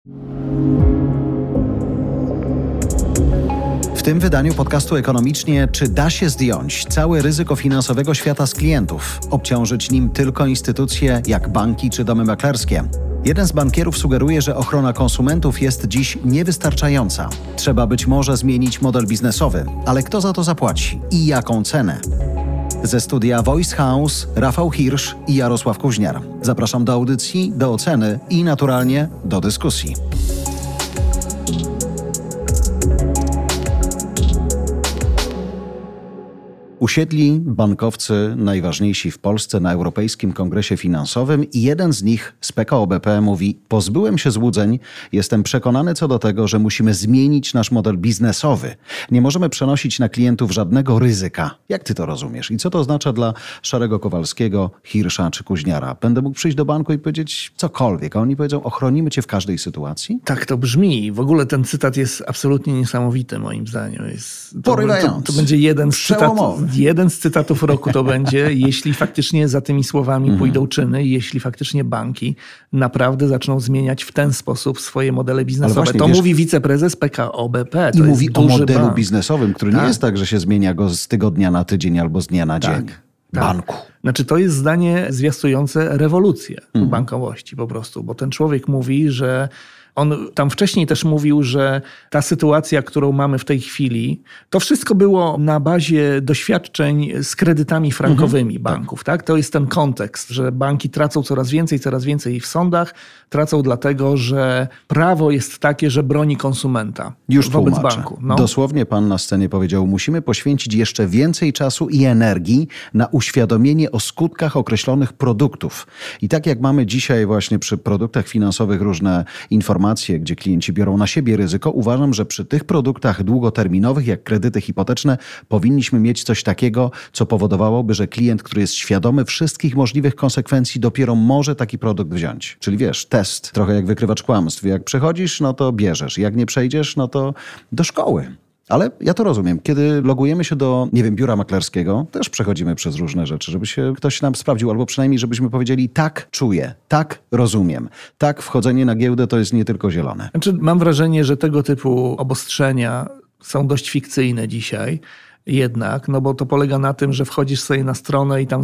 W tym wydaniu podcastu Ekonomicznie, czy da się zdjąć całe ryzyko finansowego świata z klientów, obciążyć nim tylko instytucje jak banki czy domy maklerskie? Jeden z bankierów sugeruje, że ochrona konsumentów jest dziś niewystarczająca. Trzeba być może zmienić model biznesowy, ale kto za to zapłaci i jaką cenę? Ze studia Voice House Rafał Hirsch i Jarosław Kuźniar. Zapraszam do audycji, do oceny i naturalnie do dyskusji. Usiedli bankowcy najważniejsi w Polsce na Europejskim Kongresie Finansowym i jeden z nich z PKO BP mówi: pozbyłem się złudzeń, jestem przekonany co do tego, że musimy zmienić nasz model biznesowy. Nie możemy przenosić na klientów żadnego ryzyka. Jak ty to rozumiesz? I co to oznacza dla Szarego Kowalskiego, Hirscha czy Kuźniara? Będę mógł przyjść do banku i powiedzieć cokolwiek, a oni powiedzą: ochronimy cię w każdej sytuacji? Tak to brzmi. W ogóle ten cytat jest absolutnie niesamowity moim zdaniem. Porywający. To będzie jeden z cytatów roku to będzie, jeśli faktycznie za tymi słowami pójdą czyny, jeśli faktycznie banki naprawdę zaczną zmieniać w ten sposób swoje modele biznesowe. Właśnie, to mówi wiceprezes PKO BP. I mówi o modelu bank biznesowym, który nie jest tak, że się zmienia go z tygodnia na tydzień albo z dnia na dzień. Banku. Znaczy to jest zdanie zwiastujące rewolucję w bankowości po prostu, bo ten człowiek mówi, że on tam wcześniej też mówił, że ta sytuacja, którą mamy w tej chwili, to wszystko było na bazie doświadczeń z kredytami frankowymi banków. Tak? To jest ten kontekst, że banki tracą coraz więcej w sądach. Tracą dlatego, że prawo jest takie, że broni konsumenta wobec banku. Dosłownie pan na scenie powiedział: musimy poświęcić jeszcze więcej czasu i energii na uświadomienie o skutkach określonych produktów. I tak jak mamy dzisiaj właśnie przy produktach finansowych różne informacje, gdzie klienci biorą na siebie ryzyko, uważam, że przy tych produktach długoterminowych, jak kredyty hipoteczne, powinniśmy mieć coś takiego, co powodowałoby, że klient, który jest świadomy wszystkich możliwych konsekwencji, dopiero może taki produkt wziąć. Czyli wiesz, test, trochę jak wykrywacz kłamstw. Jak przechodzisz, no to bierzesz. Jak nie przejdziesz, no to do szkoły. Ale ja to rozumiem. Kiedy logujemy się do, biura maklerskiego, też przechodzimy przez różne rzeczy, żeby się ktoś nam sprawdził, albo przynajmniej żebyśmy powiedzieli: tak czuję, tak rozumiem, tak wchodzenie na giełdę to jest nie tylko zielone. Znaczy, mam wrażenie, że tego typu obostrzenia są dość fikcyjne dzisiaj jednak, no bo to polega na tym, że wchodzisz sobie na stronę i tam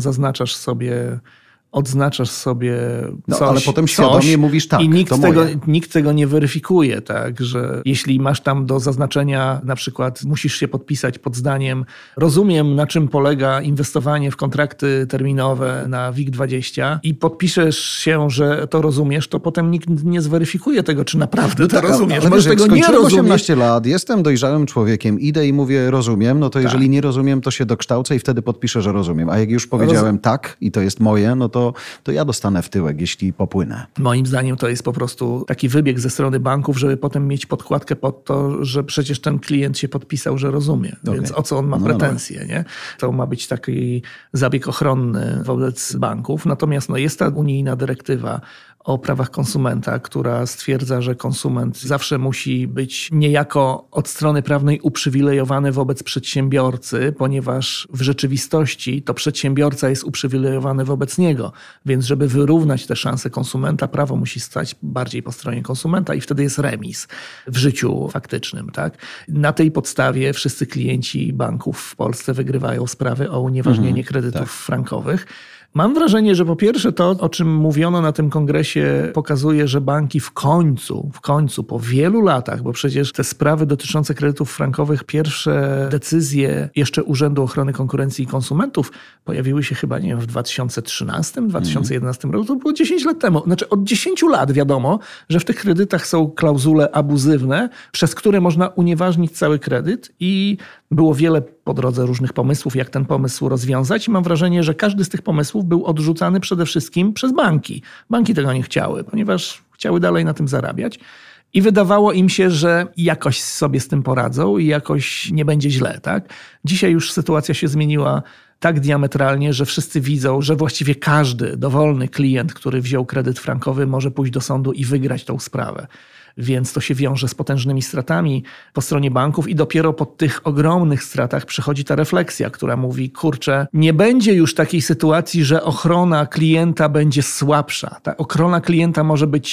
odznaczasz sobie coś, ale potem świadomie mówisz tak, i to nikt tego nie weryfikuje, tak, że jeśli masz tam do zaznaczenia, na przykład musisz się podpisać pod zdaniem: rozumiem, na czym polega inwestowanie w kontrakty terminowe na WIG20 i podpiszesz się, że to rozumiesz, to potem nikt nie zweryfikuje tego, czy naprawdę to rozumiesz. Ale możesz tego nie rozumieć. 18 lat, jestem dojrzałym człowiekiem, idę i mówię: rozumiem, no to jeżeli nie rozumiem, to się dokształcę i wtedy podpiszę, że rozumiem. A jak już powiedziałem tak i to jest moje, no to ja dostanę w tyłek, jeśli popłynę. Moim zdaniem to jest po prostu taki wybieg ze strony banków, żeby potem mieć podkładkę pod to, że przecież ten klient się podpisał, że rozumie. Więc o co on ma pretensje? Nie? To ma być taki zabieg ochronny wobec banków. Natomiast jest ta unijna dyrektywa o prawach konsumenta, która stwierdza, że konsument zawsze musi być niejako od strony prawnej uprzywilejowany wobec przedsiębiorcy, ponieważ w rzeczywistości to przedsiębiorca jest uprzywilejowany wobec niego. Więc żeby wyrównać te szanse konsumenta, prawo musi stać bardziej po stronie konsumenta i wtedy jest remis w życiu faktycznym. Tak? Na tej podstawie wszyscy klienci banków w Polsce wygrywają sprawy o unieważnienie kredytów frankowych. Mam wrażenie, że po pierwsze to, o czym mówiono na tym kongresie, pokazuje, że banki w końcu, po wielu latach, bo przecież te sprawy dotyczące kredytów frankowych, pierwsze decyzje jeszcze Urzędu Ochrony Konkurencji i Konsumentów pojawiły się chyba, w 2013, 2011 roku. To było 10 lat temu. Znaczy od 10 lat wiadomo, że w tych kredytach są klauzule abuzywne, przez które można unieważnić cały kredyt i było wiele po drodze różnych pomysłów, jak ten pomysł rozwiązać. I mam wrażenie, że każdy z tych pomysłów był odrzucany przede wszystkim przez banki. Banki tego nie chciały, ponieważ chciały dalej na tym zarabiać. I wydawało im się, że jakoś sobie z tym poradzą i jakoś nie będzie źle. Tak? Dzisiaj już sytuacja się zmieniła tak diametralnie, że wszyscy widzą, że właściwie każdy dowolny klient, który wziął kredyt frankowy, może pójść do sądu i wygrać tą sprawę. Więc to się wiąże z potężnymi stratami po stronie banków i dopiero po tych ogromnych stratach przychodzi ta refleksja, która mówi: kurczę, nie będzie już takiej sytuacji, że ochrona klienta będzie słabsza. Ta ochrona klienta może być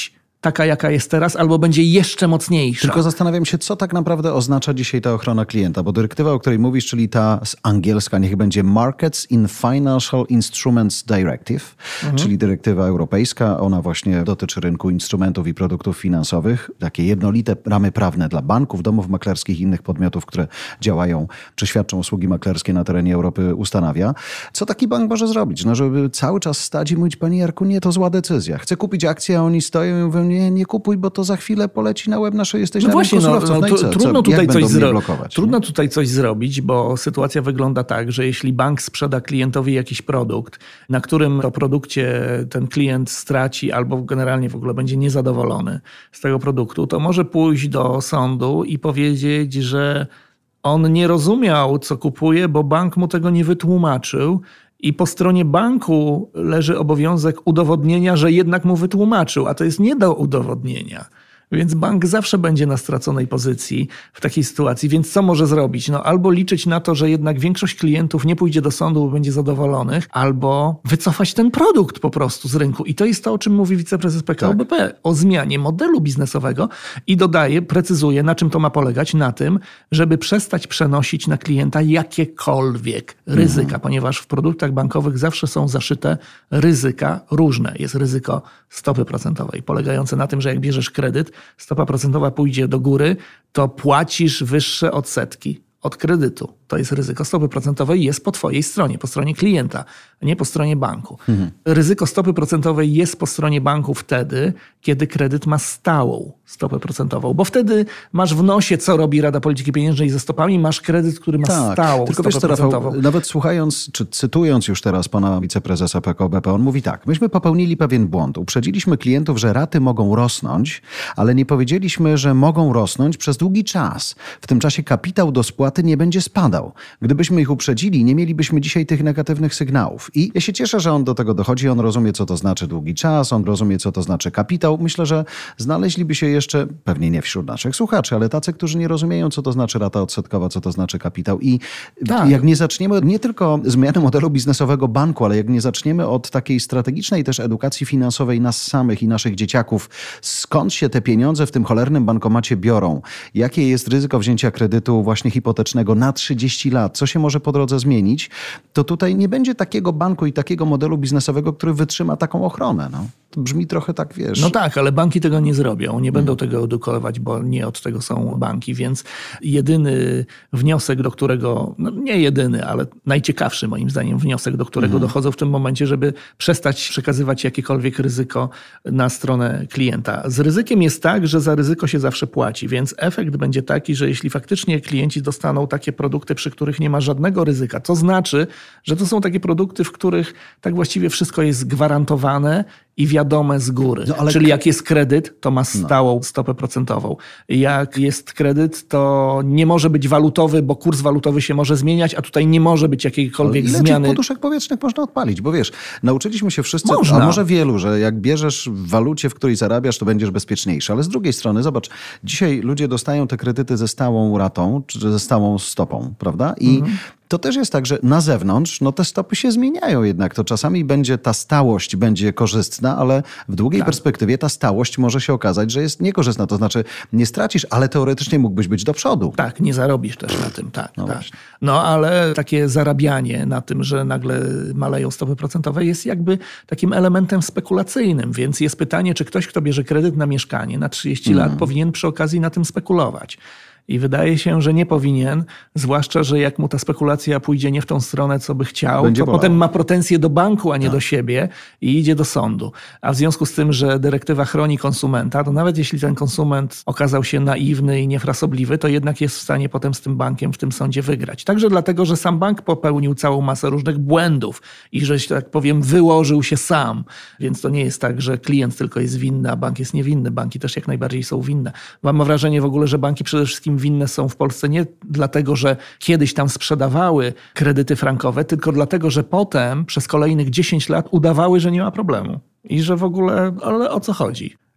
taka, jaka jest teraz, albo będzie jeszcze mocniejsza. Tylko zastanawiam się, co tak naprawdę oznacza dzisiaj ta ochrona klienta, bo dyrektywa, o której mówisz, czyli ta z angielska, niech będzie Markets in Financial Instruments Directive, czyli dyrektywa europejska. Ona właśnie dotyczy rynku instrumentów i produktów finansowych. Takie jednolite ramy prawne dla banków, domów maklerskich i innych podmiotów, które działają czy świadczą usługi maklerskie na terenie Europy, ustanawia. Co taki bank może zrobić? No, żeby cały czas stać i mówić, panie Jarku, nie, to zła decyzja. Chcę kupić akcję, a oni stoją i mówią, nie kupuj, bo to za chwilę poleci na łeb nasze, jesteś na rynku surowców. Trudno tutaj coś zrobić, bo sytuacja wygląda tak, że jeśli bank sprzeda klientowi jakiś produkt, na którym to produkcie ten klient straci albo generalnie w ogóle będzie niezadowolony z tego produktu, to może pójść do sądu i powiedzieć, że on nie rozumiał, co kupuje, bo bank mu tego nie wytłumaczył. I po stronie banku leży obowiązek udowodnienia, że jednak mu wytłumaczył, a to jest nie do udowodnienia. Więc bank zawsze będzie na straconej pozycji w takiej sytuacji. Więc co może zrobić? No, albo liczyć na to, że jednak większość klientów nie pójdzie do sądu, bo będzie zadowolonych, albo wycofać ten produkt po prostu z rynku. I to jest to, o czym mówi wiceprezes PKO BP, o zmianie modelu biznesowego i dodaje, precyzuje, na czym to ma polegać. Na tym, żeby przestać przenosić na klienta jakiekolwiek ryzyka, ponieważ w produktach bankowych zawsze są zaszyte ryzyka różne. Jest ryzyko stopy procentowej, polegające na tym, że jak bierzesz kredyt, stopa procentowa pójdzie do góry, to płacisz wyższe odsetki od kredytu. To jest ryzyko stopy procentowej, jest po twojej stronie, po stronie klienta, a nie po stronie banku. Ryzyko stopy procentowej jest po stronie banku wtedy, kiedy kredyt ma stałą stopę procentową, bo wtedy masz w nosie, co robi Rada Polityki Pieniężnej ze stopami, masz kredyt, który ma stałą tylko stopę procentową. Rafał, nawet słuchając, czy cytując już teraz pana wiceprezesa PKO BP, on mówi tak, myśmy popełnili pewien błąd. Uprzedziliśmy klientów, że raty mogą rosnąć, ale nie powiedzieliśmy, że mogą rosnąć przez długi czas. W tym czasie kapitał do spłaty nie będzie spadał. Gdybyśmy ich uprzedzili, nie mielibyśmy dzisiaj tych negatywnych sygnałów. I ja się cieszę, że on do tego dochodzi, on rozumie, co to znaczy długi czas, on rozumie, co to znaczy kapitał. Myślę, że znaleźliby się jeszcze, pewnie nie wśród naszych słuchaczy, ale tacy, którzy nie rozumieją, co to znaczy rata odsetkowa, co to znaczy kapitał. I jak nie zaczniemy nie tylko zmiany modelu biznesowego banku, ale jak nie zaczniemy od takiej strategicznej też edukacji finansowej nas samych i naszych dzieciaków, skąd się te pieniądze w tym cholernym bankomacie biorą, jakie jest ryzyko wzięcia kredytu właśnie hipotecznego na 30 lat, co się może po drodze zmienić, to tutaj nie będzie takiego banku i takiego modelu biznesowego, który wytrzyma taką ochronę. No. To brzmi trochę tak, wiesz. No tak, ale banki tego nie zrobią. Nie będą tego edukować, bo nie od tego są banki, więc jedyny wniosek, do którego, no nie jedyny, ale najciekawszy moim zdaniem wniosek, do którego dochodzą w tym momencie, żeby przestać przekazywać jakiekolwiek ryzyko na stronę klienta. Z ryzykiem jest tak, że za ryzyko się zawsze płaci, więc efekt będzie taki, że jeśli faktycznie klienci dostaną takie produkty, przy których nie ma żadnego ryzyka, to znaczy, że to są takie produkty, w których tak właściwie wszystko jest gwarantowane i wiadome z góry. No, czyli jak jest kredyt, to ma stałą stopę procentową. Jak jest kredyt, to nie może być walutowy, bo kurs walutowy się może zmieniać, a tutaj nie może być jakiejkolwiek zmiany. Ile tych poduszek powietrznych można odpalić? Bo wiesz, nauczyliśmy się wszyscy, a może wielu, że jak bierzesz w walucie, w której zarabiasz, to będziesz bezpieczniejszy. Ale z drugiej strony, zobacz, dzisiaj ludzie dostają te kredyty ze stałą ratą, czy ze stałą stopą, prawda? I to też jest tak, że na zewnątrz te stopy się zmieniają jednak. To czasami będzie ta stałość będzie korzystna, ale w długiej perspektywie ta stałość może się okazać, że jest niekorzystna. To znaczy nie stracisz, ale teoretycznie mógłbyś być do przodu. Tak, nie zarobisz też na tym. No ale takie zarabianie na tym, że nagle maleją stopy procentowe jest jakby takim elementem spekulacyjnym. Więc jest pytanie, czy ktoś, kto bierze kredyt na mieszkanie na 30 lat, powinien przy okazji na tym spekulować. I wydaje się, że nie powinien, zwłaszcza, że jak mu ta spekulacja pójdzie nie w tą stronę, co by chciał, to potem ma pretensje do banku, a nie do siebie i idzie do sądu. A w związku z tym, że dyrektywa chroni konsumenta, to nawet jeśli ten konsument okazał się naiwny i niefrasobliwy, to jednak jest w stanie potem z tym bankiem w tym sądzie wygrać. Także dlatego, że sam bank popełnił całą masę różnych błędów i że, tak powiem, wyłożył się sam. Więc to nie jest tak, że klient tylko jest winny, a bank jest niewinny. Banki też jak najbardziej są winne. Mam wrażenie w ogóle, że banki przede wszystkim winne są w Polsce nie dlatego, że kiedyś tam sprzedawały kredyty frankowe, tylko dlatego, że potem przez kolejnych 10 lat udawały, że nie ma problemu. I że w ogóle, ale o co chodzi?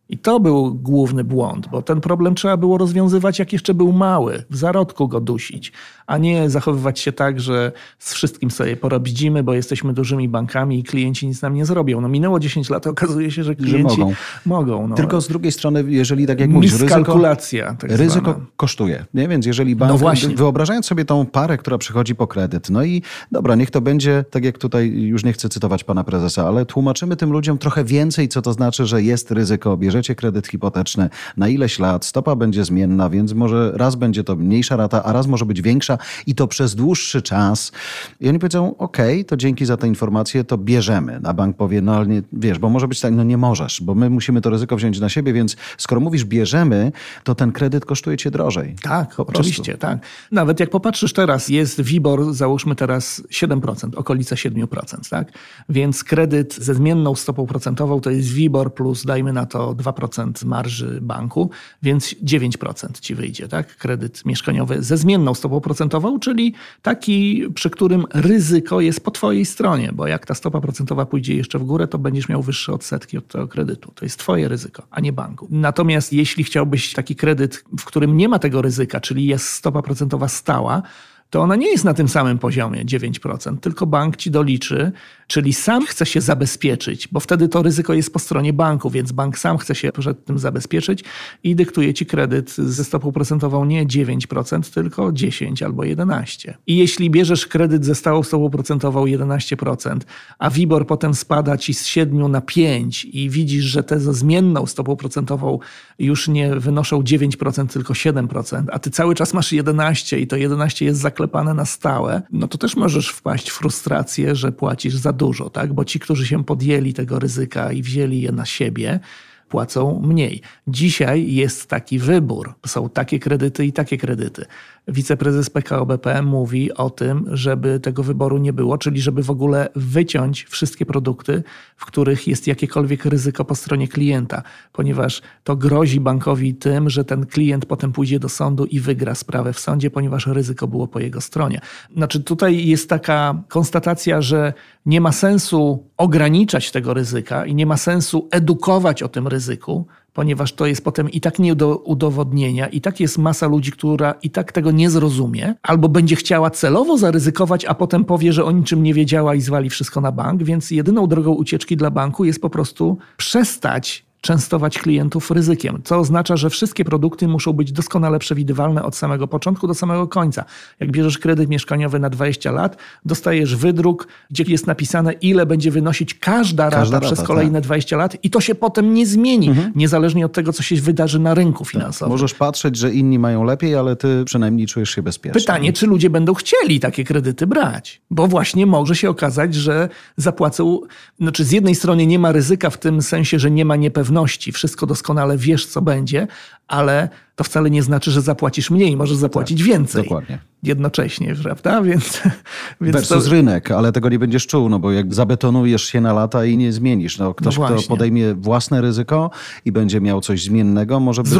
I to był główny błąd, bo ten problem trzeba było rozwiązywać, jak jeszcze był mały, w zarodku go dusić, a nie zachowywać się tak, że z wszystkim sobie porobidzimy, bo jesteśmy dużymi bankami i klienci nic nam nie zrobią. No minęło 10 lat, okazuje się, że klienci mogą. Tylko z drugiej strony, jeżeli tak jak mówisz, miskalkulacja ryzyko kosztuje. Nie? Więc jeżeli bank, wyobrażając sobie tą parę, która przychodzi po kredyt, no i dobra, niech to będzie, tak jak tutaj, już nie chcę cytować pana prezesa, ale tłumaczymy tym ludziom trochę więcej, co to znaczy, że jest ryzyko, bierzecie kredyt hipoteczny na ileś lat, stopa będzie zmienna, więc może raz będzie to mniejsza rata, a raz może być większa i to przez dłuższy czas. I oni powiedzą, okej, to dzięki za tę informację, to bierzemy. A bank powie, no ale nie, wiesz, bo może być tak, no nie możesz, bo my musimy to ryzyko wziąć na siebie, więc skoro mówisz bierzemy, to ten kredyt kosztuje cię drożej. Tak, oczywiście, tak. Nawet jak popatrzysz teraz, jest WIBOR, załóżmy teraz 7%, okolice 7%, tak? Więc kredyt ze zmienną stopą procentową to jest WIBOR plus dajmy na to 2% marży banku, więc 9% ci wyjdzie, tak? Kredyt mieszkaniowy ze zmienną stopą procentową, czyli taki, przy którym ryzyko jest po twojej stronie, bo jak ta stopa procentowa pójdzie jeszcze w górę, to będziesz miał wyższe odsetki od tego kredytu. To jest twoje ryzyko, a nie banku. Natomiast jeśli chciałbyś taki kredyt, w którym nie ma tego ryzyka, czyli jest stopa procentowa stała, to ona nie jest na tym samym poziomie 9%, tylko bank ci doliczy, czyli sam chce się zabezpieczyć, bo wtedy to ryzyko jest po stronie banku, więc bank sam chce się przed tym zabezpieczyć i dyktuje ci kredyt ze stopą procentową nie 9%, tylko 10 albo 11%. I jeśli bierzesz kredyt ze stałą stopą procentową 11%, a WIBOR potem spada ci z 7 na 5 i widzisz, że te ze zmienną stopą procentową już nie wynoszą 9%, tylko 7%, a ty cały czas masz 11 i to 11 jest zaklepane na stałe, no to też możesz wpaść w frustrację, że płacisz za dużo, tak? Bo ci, którzy się podjęli tego ryzyka i wzięli je na siebie, płacą mniej. Dzisiaj jest taki wybór. Są takie kredyty i takie kredyty. Wiceprezes PKO BP mówi o tym, żeby tego wyboru nie było, czyli żeby w ogóle wyciąć wszystkie produkty, w których jest jakiekolwiek ryzyko po stronie klienta, ponieważ to grozi bankowi tym, że ten klient potem pójdzie do sądu i wygra sprawę w sądzie, ponieważ ryzyko było po jego stronie. Znaczy tutaj jest taka konstatacja, że nie ma sensu ograniczać tego ryzyka i nie ma sensu edukować o tym ryzyku, ponieważ to jest potem i tak nie do udowodnienia, i tak jest masa ludzi, która i tak tego nie zrozumie, albo będzie chciała celowo zaryzykować, a potem powie, że o niczym nie wiedziała i zwali wszystko na bank, więc jedyną drogą ucieczki dla banku jest po prostu przestać częstować klientów ryzykiem, co oznacza, że wszystkie produkty muszą być doskonale przewidywalne od samego początku do samego końca. Jak bierzesz kredyt mieszkaniowy na 20 lat, dostajesz wydruk, gdzie jest napisane, ile będzie wynosić każda rata przez kolejne 20 lat i to się potem nie zmieni, niezależnie od tego, co się wydarzy na rynku finansowym. Możesz patrzeć, że inni mają lepiej, ale ty przynajmniej czujesz się bezpiecznie. Pytanie, czy ludzie będą chcieli takie kredyty brać? Bo właśnie może się okazać, że zapłacą, znaczy z jednej strony nie ma ryzyka w tym sensie, że nie ma niepewności, wszystko doskonale wiesz, co będzie, ale to wcale nie znaczy, że zapłacisz mniej, możesz zapłacić więcej. Dokładnie. Jednocześnie, prawda? Więc versus rynek, ale tego nie będziesz czuł, no bo jak zabetonujesz się na lata i nie zmienisz. No, ktoś, kto podejmie własne ryzyko i będzie miał coś zmiennego, może być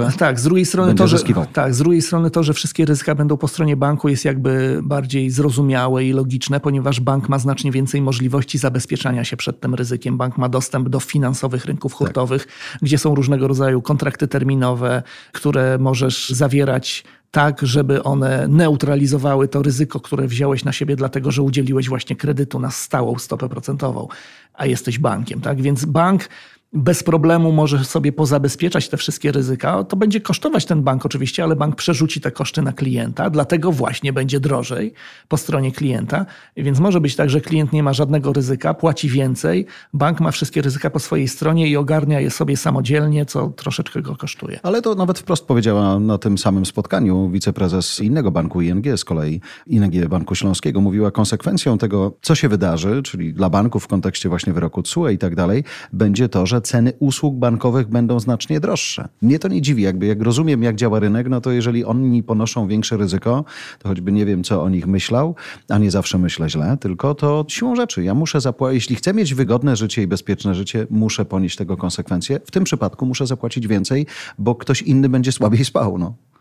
z drugiej strony z drugiej strony to, że wszystkie ryzyka będą po stronie banku jest jakby bardziej zrozumiałe i logiczne, ponieważ bank ma znacznie więcej możliwości zabezpieczania się przed tym ryzykiem. Bank ma dostęp do finansowych rynków hurtowych, gdzie są różnego rodzaju kontrakty terminowe, które możesz zawierać tak, żeby one neutralizowały to ryzyko, które wziąłeś na siebie, dlatego że udzieliłeś właśnie kredytu na stałą stopę procentową, a jesteś bankiem, tak? Więc bank bez problemu może sobie pozabezpieczać te wszystkie ryzyka. To będzie kosztować ten bank oczywiście, ale bank przerzuci te koszty na klienta, dlatego właśnie będzie drożej po stronie klienta. Więc może być tak, że klient nie ma żadnego ryzyka, płaci więcej, bank ma wszystkie ryzyka po swojej stronie i ogarnia je sobie samodzielnie, co troszeczkę go kosztuje. Ale to nawet wprost powiedziała na tym samym spotkaniu wiceprezes innego banku, ING z kolei, ING Banku Śląskiego, mówiła, konsekwencją tego, co się wydarzy, czyli dla banków w kontekście właśnie wyroku TSUE i tak dalej, będzie to, że ceny usług bankowych będą znacznie droższe. Mnie to nie dziwi, jak rozumiem, jak działa rynek, no to jeżeli oni ponoszą większe ryzyko, to choćby nie wiem, co o nich myślał, a nie zawsze myślę źle, tylko to siłą rzeczy. Ja muszę zapłacić, jeśli chcę mieć wygodne życie i bezpieczne życie, muszę ponieść tego konsekwencje. W tym przypadku muszę zapłacić więcej, bo ktoś inny będzie słabiej spał. No.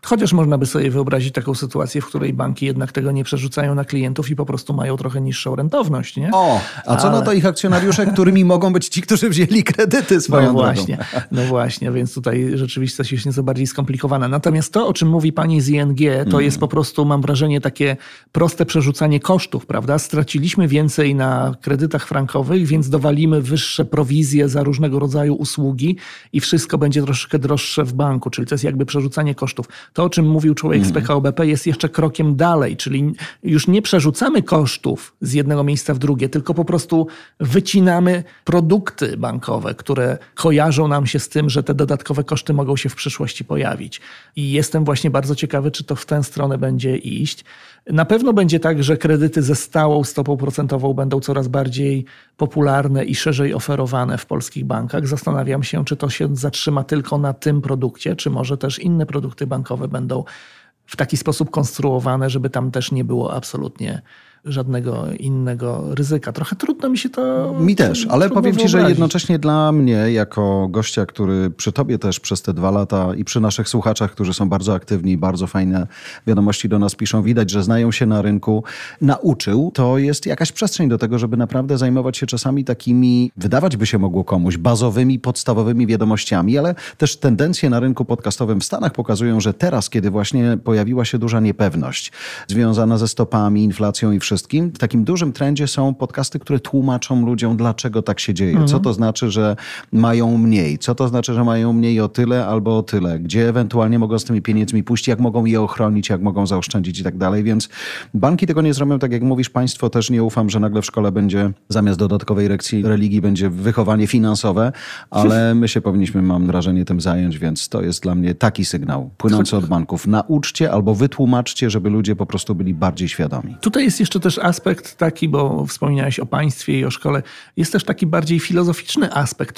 Chociaż można by sobie wyobrazić taką sytuację, w której banki jednak tego nie przerzucają na klientów i po prostu mają trochę niższą rentowność, nie? A co na to ich akcjonariusze, którymi mogą być ci, którzy wzięli kredyty swoją drogą? No właśnie, więc tutaj rzeczywistość jest nieco bardziej skomplikowana. Natomiast to, o czym mówi pani z ING, to jest po prostu, mam wrażenie, takie proste przerzucanie kosztów, prawda? Straciliśmy więcej na kredytach frankowych, więc dowalimy wyższe prowizje za różnego rodzaju usługi i wszystko będzie troszeczkę droższe w banku, czyli to jest jakby przerzucanie kosztów. To, o czym mówił człowiek z PKO BP, jest jeszcze krokiem dalej, czyli już nie przerzucamy kosztów z jednego miejsca w drugie, tylko po prostu wycinamy produkty bankowe, które kojarzą nam się z tym, że te dodatkowe koszty mogą się w przyszłości pojawić. I jestem właśnie bardzo ciekawy, czy to w tę stronę będzie iść. Na pewno będzie tak, że kredyty ze stałą stopą procentową będą coraz bardziej popularne i szerzej oferowane w polskich bankach. Zastanawiam się, czy to się zatrzyma tylko na tym produkcie, czy może też inne produkty bankowe będą w taki sposób konstruowane, żeby tam też nie było absolutnie żadnego innego ryzyka. Trochę trudno mi się to... Mi też, ale powiem ci, że wyobrazić. jednocześnie dla mnie, jako gościa, który przy tobie też przez te 2 lata i przy naszych słuchaczach, którzy są bardzo aktywni, bardzo fajne wiadomości do nas piszą, widać, że znają się na rynku, nauczył, to jest jakaś przestrzeń do tego, żeby naprawdę zajmować się czasami takimi, wydawać by się mogło komuś, bazowymi, podstawowymi wiadomościami, ale też tendencje na rynku podcastowym w Stanach pokazują, że teraz, kiedy właśnie pojawiła się duża niepewność związana ze stopami, inflacją i wszystkim, w takim dużym trendzie są podcasty, które tłumaczą ludziom, dlaczego tak się dzieje. Co to znaczy, że mają mniej? Co to znaczy, że mają mniej o tyle albo o tyle? Gdzie ewentualnie mogą z tymi pieniędzmi pójść? Jak mogą je ochronić? Jak mogą zaoszczędzić i tak dalej? Więc banki tego nie zrobią, tak jak mówisz, państwo też nie ufam, że nagle w szkole będzie zamiast dodatkowej lekcji religii będzie wychowanie finansowe, ale my się powinniśmy, mam wrażenie, tym zająć, więc to jest dla mnie taki sygnał płynący od banków. Nauczcie albo wytłumaczcie, żeby ludzie po prostu byli bardziej świadomi. Tutaj jest jeszcze też aspekt taki, bo wspominałeś o państwie i o szkole, jest też taki bardziej filozoficzny aspekt.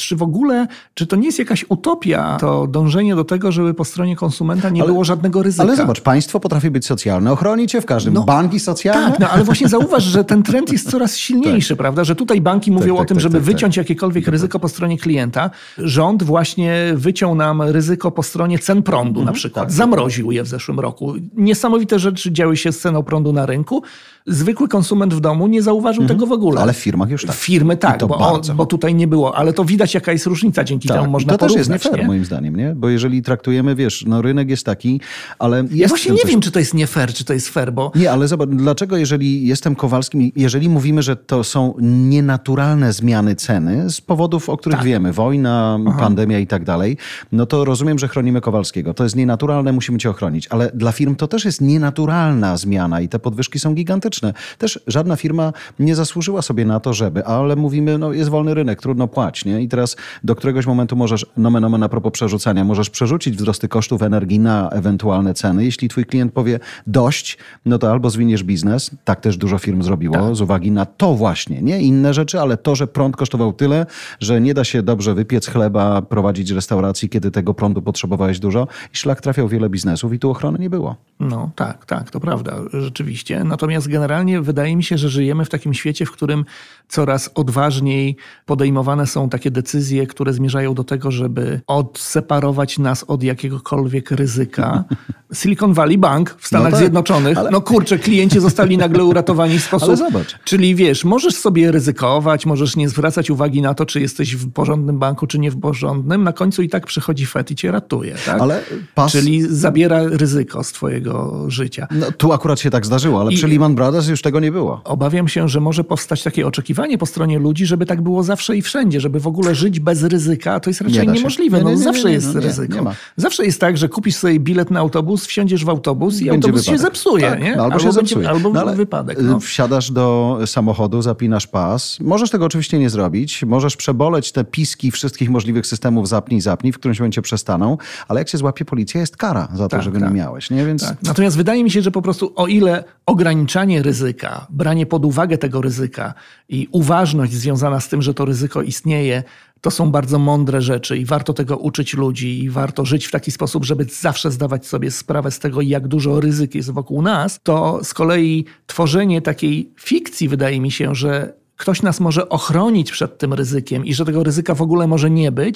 Czy to nie jest jakaś utopia, to dążenie do tego, żeby po stronie konsumenta nie było żadnego ryzyka? Ale zobacz, państwo potrafi być socjalne, ochroni cię w każdym. Banki socjalne? Tak, ale właśnie zauważ, że ten trend jest coraz silniejszy, prawda? Że tutaj banki mówią o tym, żeby wyciąć jakiekolwiek ryzyko po stronie klienta. Rząd właśnie wyciął nam ryzyko po stronie cen prądu na przykład. Zamroził je w zeszłym roku. Niesamowite rzeczy działy się z ceną prądu na rynku. Zwykły konsument w domu nie zauważył tego w ogóle. Ale w firmach już tak. Firmy tak, bo tutaj nie było. Ale to widać, jaka jest różnica. Dzięki temu można to porównać. To też jest nie fair, moim zdaniem, nie? Bo jeżeli traktujemy, rynek jest taki, ale... Ja właśnie nie wiem, czy to jest nie fair, czy to jest fair, bo... Nie, ale zobacz, dlaczego jeżeli jestem Kowalskim, jeżeli mówimy, że to są nienaturalne zmiany ceny z powodów, o których wiemy, wojna, pandemia i tak dalej, no to rozumiem, że chronimy Kowalskiego. To jest nienaturalne, musimy cię ochronić. Ale dla firm to też jest nienaturalna zmiana i te podwyżki są gigantyczne. Też żadna firma nie zasłużyła sobie na to, ale mówimy, jest wolny rynek, trudno płać, nie? I teraz do któregoś momentu możesz, nomen omen a propos przerzucania, możesz przerzucić wzrosty kosztów energii na ewentualne ceny. Jeśli twój klient powie dość, no to albo zwiniesz biznes, tak też dużo firm zrobiło, z uwagi na to właśnie, nie inne rzeczy, ale to, że prąd kosztował tyle, że nie da się dobrze wypiec chleba, prowadzić restauracji, kiedy tego prądu potrzebowałeś dużo i szlak trafiał wiele biznesów i tu ochrony nie było. No tak, to prawda, rzeczywiście. Natomiast generalnie wydaje mi się, że żyjemy w takim świecie, w którym coraz odważniej podejmowane są takie decyzje, które zmierzają do tego, żeby odseparować nas od jakiegokolwiek ryzyka. Silicon Valley Bank w Stanach Zjednoczonych, klienci zostali nagle uratowani w sposób... Ale zobacz. Czyli możesz sobie ryzykować, możesz nie zwracać uwagi na to, czy jesteś w porządnym banku, czy nie w porządnym. Na końcu i tak przychodzi Fed i cię ratuje. Tak? Czyli zabiera ryzyko z twojego życia. No, tu akurat się tak zdarzyło, ale przy Lehman Brothers już tego nie było. Obawiam się, że może powstać takie oczekiwanie po stronie ludzi, żeby tak było zawsze i wszędzie, żeby w ogóle żyć bez ryzyka, to jest raczej niemożliwe. Zawsze jest ryzyko. Nie zawsze jest tak, że kupisz sobie bilet na autobus, wsiądziesz w autobus i autobus się zepsuje. Nie? Albo się zepsuje. Albo wypadek. Wsiadasz do samochodu, zapinasz pas. Możesz tego oczywiście nie zrobić. Możesz przeboleć te piski wszystkich możliwych systemów zapnij, w którymś momencie przestaną, ale jak się złapie policja, jest kara za to, że go nie miałeś. Nie? Więc... Natomiast wydaje mi się, że po prostu o ile ograniczanie ryzyka, branie pod uwagę tego ryzyka i uważność związana z tym, że to ryzyko istnieje, to są bardzo mądre rzeczy i warto tego uczyć ludzi i warto żyć w taki sposób, żeby zawsze zdawać sobie sprawę z tego, jak dużo ryzyk jest wokół nas, to z kolei tworzenie takiej fikcji, wydaje mi się, że ktoś nas może ochronić przed tym ryzykiem i że tego ryzyka w ogóle może nie być,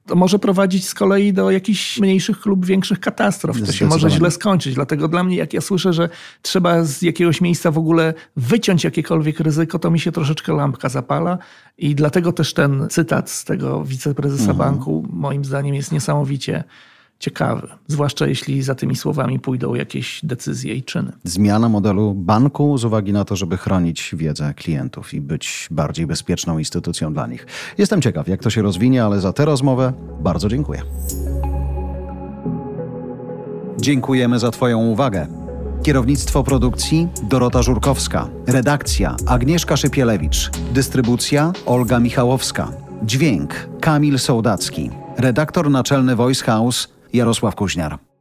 to może prowadzić z kolei do jakichś mniejszych lub większych katastrof. To się może źle skończyć. Dlatego dla mnie, jak ja słyszę, że trzeba z jakiegoś miejsca w ogóle wyciąć jakiekolwiek ryzyko, to mi się troszeczkę lampka zapala i dlatego też ten cytat z tego wiceprezesa banku moim zdaniem jest niesamowicie ciekawy. Zwłaszcza jeśli za tymi słowami pójdą jakieś decyzje i czyny. Zmiana modelu banku z uwagi na to, żeby chronić wiedzę klientów i być bardziej bezpieczną instytucją dla nich. Jestem ciekaw, jak to się rozwinie, ale za tę rozmowę bardzo dziękuję. Dziękujemy za Twoją uwagę. Kierownictwo produkcji Dorota Żurkowska. Redakcja Agnieszka Szypielewicz. Dystrybucja Olga Michałowska. Dźwięk Kamil Sołdacki. Redaktor naczelny Voice House Jarosław Kuźniar.